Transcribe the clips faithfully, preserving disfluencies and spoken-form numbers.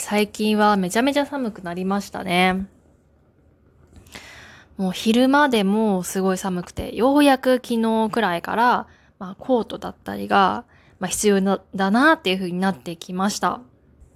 最近はめちゃめちゃ寒くなりましたね。もう昼間でもすごい寒くて、ようやく昨日くらいから、まあコートだったりが、まあ必要だだなっていう風になってきました。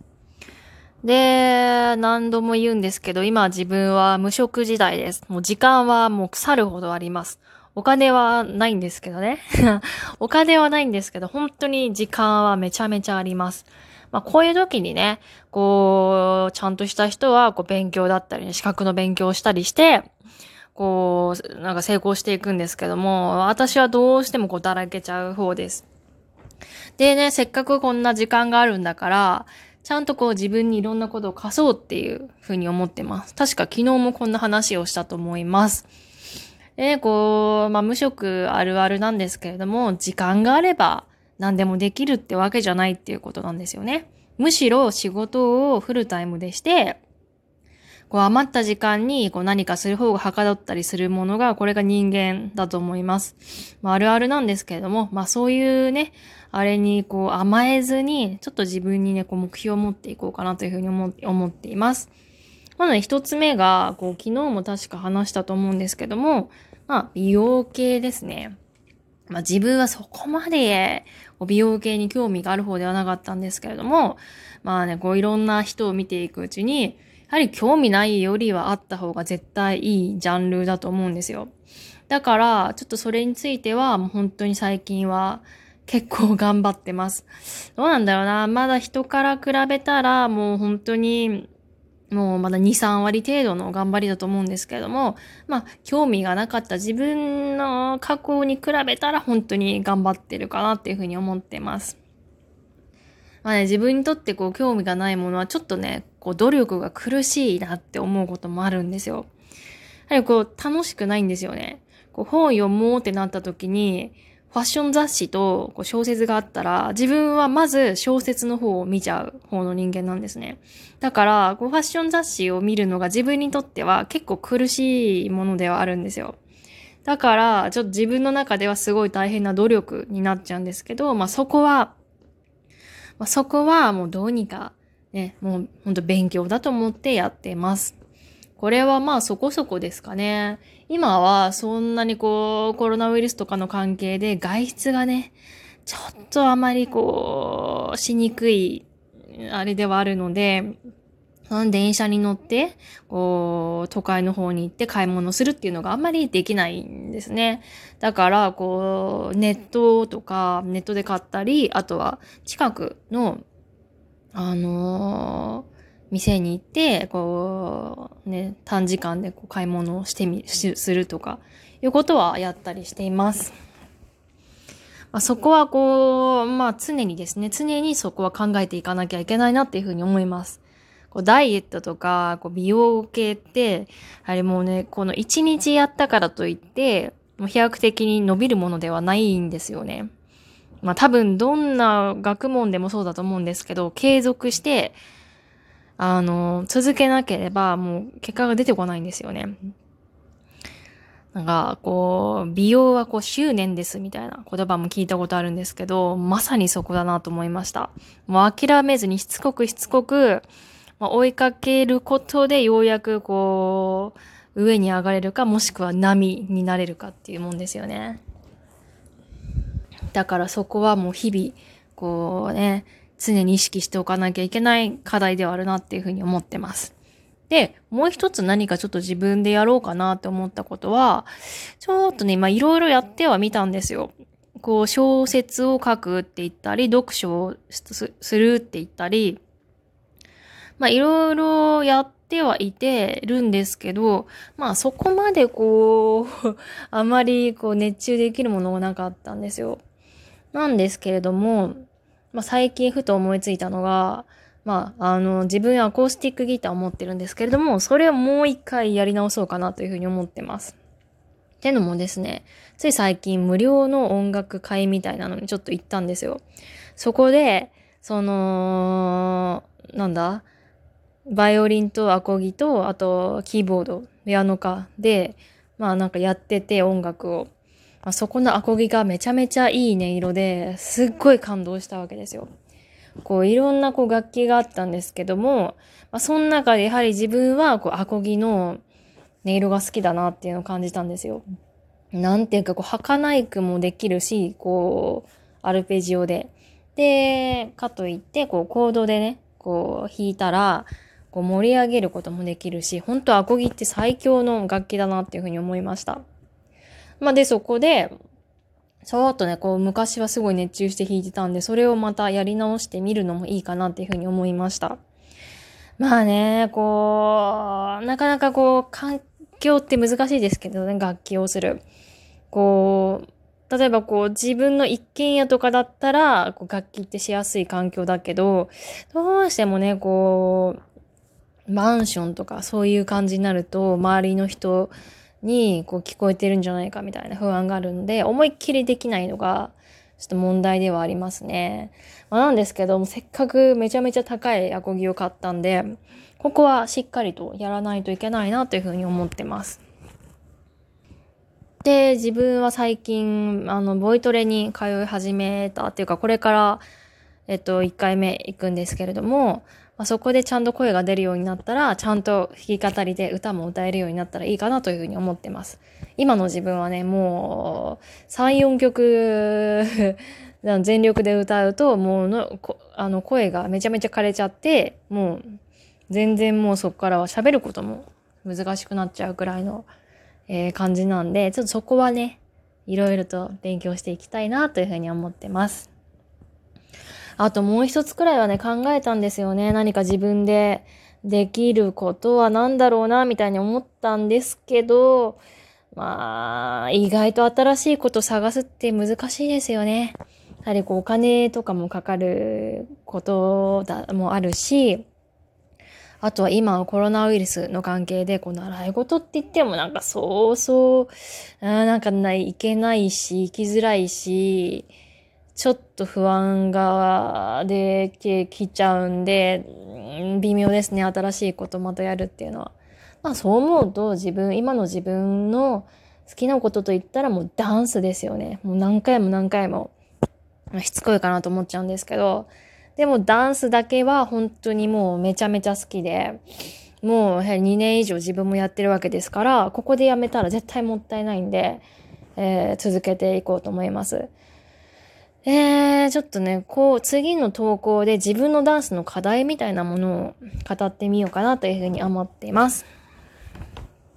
で、何度も言うんですけど、今自分は無職時代です。もう時間はもう腐るほどあります。お金はないんですけどね。お金はないんですけど、本当に時間はめちゃめちゃあります。まあこういう時にね、こう、ちゃんとした人はこう勉強だったりね、資格の勉強をしたりして、こう、なんか成功していくんですけども、私はどうしてもこうだらけちゃう方です。でね、せっかくこんな時間があるんだから、ちゃんとこう自分にいろんなことを課そうっていうふうに思ってます。確か昨日もこんな話をしたと思います。でね、こう、まあ無職あるあるなんですけれども、時間があれば何でもできるってわけじゃないっていうことなんですよね。むしろ仕事をフルタイムでして、こう余った時間にこう何かする方がはかどったりするものが、これが人間だと思います。まあ、あるあるなんですけれども、まあそういうね、あれにこう甘えずに、ちょっと自分にね、こう目標を持っていこうかなというふうに思思っています。なので一つ目が、こう昨日も確か話したと思うんですけども、まあ美容系ですね。まあ自分はそこまで美容系に興味がある方ではなかったんですけれども、まあね、こういろんな人を見ていくうちに、やはり興味ないよりはあった方が絶対いいジャンルだと思うんですよ。だから、ちょっとそれについては、もう本当に最近は結構頑張ってます。どうなんだろうな。まだ人から比べたら、もう本当に、もうまだに、さん割程度の頑張りだと思うんですけれども、まあ、興味がなかった自分の過去に比べたら本当に頑張ってるかなっていうふうに思ってます。まあね、自分にとってこう興味がないものはちょっとね、こう努力が苦しいなって思うこともあるんですよ。やはりこう楽しくないんですよね。こう本読もうってなった時に、ファッション雑誌とこう小説があったら、自分はまず小説の方を見ちゃう方の人間なんですね。だから、こうファッション雑誌を見るのが自分にとっては結構苦しいものではあるんですよ。だから、ちょっと自分の中ではすごい大変な努力になっちゃうんですけど、まあそこは、まあ、そこはもうどうにかね、もうほんと勉強だと思ってやってます。これはまあそこそこですかね。今はそんなにこうコロナウイルスとかの関係で外出がね、ちょっとあまりこうしにくいあれではあるので、電車に乗って、こう、都会の方に行って買い物するっていうのがあんまりできないんですね。だから、こう、ネットとか、ネットで買ったり、あとは近くの、あのー店に行って、こう、ね、短時間でこう買い物をしてみ、しするとか、いうことはやったりしています。まあ、そこはこう、まあ常にですね、常にそこは考えていかなきゃいけないなっていうふうに思います。こうダイエットとか、こう美容系って、あれもうね、この一日やったからといって、もう飛躍的に伸びるものではないんですよね。まあ多分どんな学問でもそうだと思うんですけど、継続して、あの、続けなければもう結果が出てこないんですよね。なんか、こう、美容はこう執念ですみたいな言葉も聞いたことあるんですけど、まさにそこだなと思いました。もう諦めずにしつこくしつこく、まあ、追いかけることでようやくこう、上に上がれるか、もしくは波になれるかっていうもんですよね。だからそこはもう日々、こうね、常に意識しておかなきゃいけない課題ではあるなっていうふうに思ってます。で、もう一つ何かちょっと自分でやろうかなって思ったことは、ちょっとね、まあいろいろやってはみたんですよ。こう、小説を書くって言ったり、読書をするって言ったり、まあいろいろやってはいてるんですけど、まあそこまでこう、あまりこう熱中できるものがなかったんですよ。なんですけれども、まあ最近ふと思いついたのが、まあ、あの、自分アコースティックギターを持ってるんですけれども、それをもう一回やり直そうかなというふうに思ってます。ってのもですね、つい最近無料の音楽会みたいなのにちょっと行ったんですよ。そこで、その、なんだバイオリンとアコギと、あとキーボード、ピアノかで、まあなんかやってて音楽を。まあ、そこのアコギがめちゃめちゃいい音色で、すっごい感動したわけですよ。 こういろんなこう楽器があったんですけども、まあ、その中でやはり自分はこうアコギの音色が好きだなっていうのを感じたんですよ。なんていうかこう儚くもできるし、こうアルペジオで。で、かといってこうコードでね、こう弾いたら、こう盛り上げることもできるし、本当アコギって最強の楽器だなっていうふうに思いました。まあで、そこで、ちょっとね、こう昔はすごい熱中して弾いてたんで、それをまたやり直してみるのもいいかなっていうふうに思いました。まあね、こう、なかなかこう、環境って難しいですけどね、楽器をする。こう、例えばこう、自分の一軒家とかだったら、こう楽器ってしやすい環境だけど、どうしてもね、こう、マンションとかそういう感じになると、周りの人にこう聞こえてるんじゃないかみたいな不安があるんで、思いっきりできないのが、ちょっと問題ではありますね。まあ、なんですけども、せっかくめちゃめちゃ高いアコギを買ったんで、ここはしっかりとやらないといけないなというふうに思ってます。で、自分は最近、あの、ボイトレに通い始めたっていうか、これから、えっと、いっかいめ行くんですけれども、まあ、そこでちゃんと声が出るようになったら、ちゃんと弾き語りで歌も歌えるようになったらいいかなというふうに思ってます。今の自分はね、もう、さん、よんきょく全力で歌うと、もうの、あの、声がめちゃめちゃ枯れちゃって、もう、全然もうそこからは喋ることも難しくなっちゃうくらいの、えー、感じなんで、ちょっとそこはね、いろいろと勉強していきたいなというふうに思ってます。あともう一つくらいはね、考えたんですよね。何か自分でできることは何だろうな、みたいに思ったんですけど、まあ、意外と新しいこと探すって難しいですよね。やはりこうお金とかもかかることだもあるし、あとは今はコロナウイルスの関係で、こう習い事って言ってもなんかそうそう、なんかない、いけないし、行きづらいし、ちょっと不安が出てきちゃうんで、微妙ですね。新しいことまたやるっていうのは。まあそう思うと自分、今の自分の好きなことと言ったらもうダンスですよね。もう何回も何回もしつこいかなと思っちゃうんですけど、でもダンスだけは本当にもうめちゃめちゃ好きで、もうにねん以上自分もやってるわけですから、ここでやめたら絶対もったいないんで、えー、続けていこうと思います。えー、ちょっとね、こう、次の投稿で自分のダンスの課題みたいなものを語ってみようかなというふうに思っています。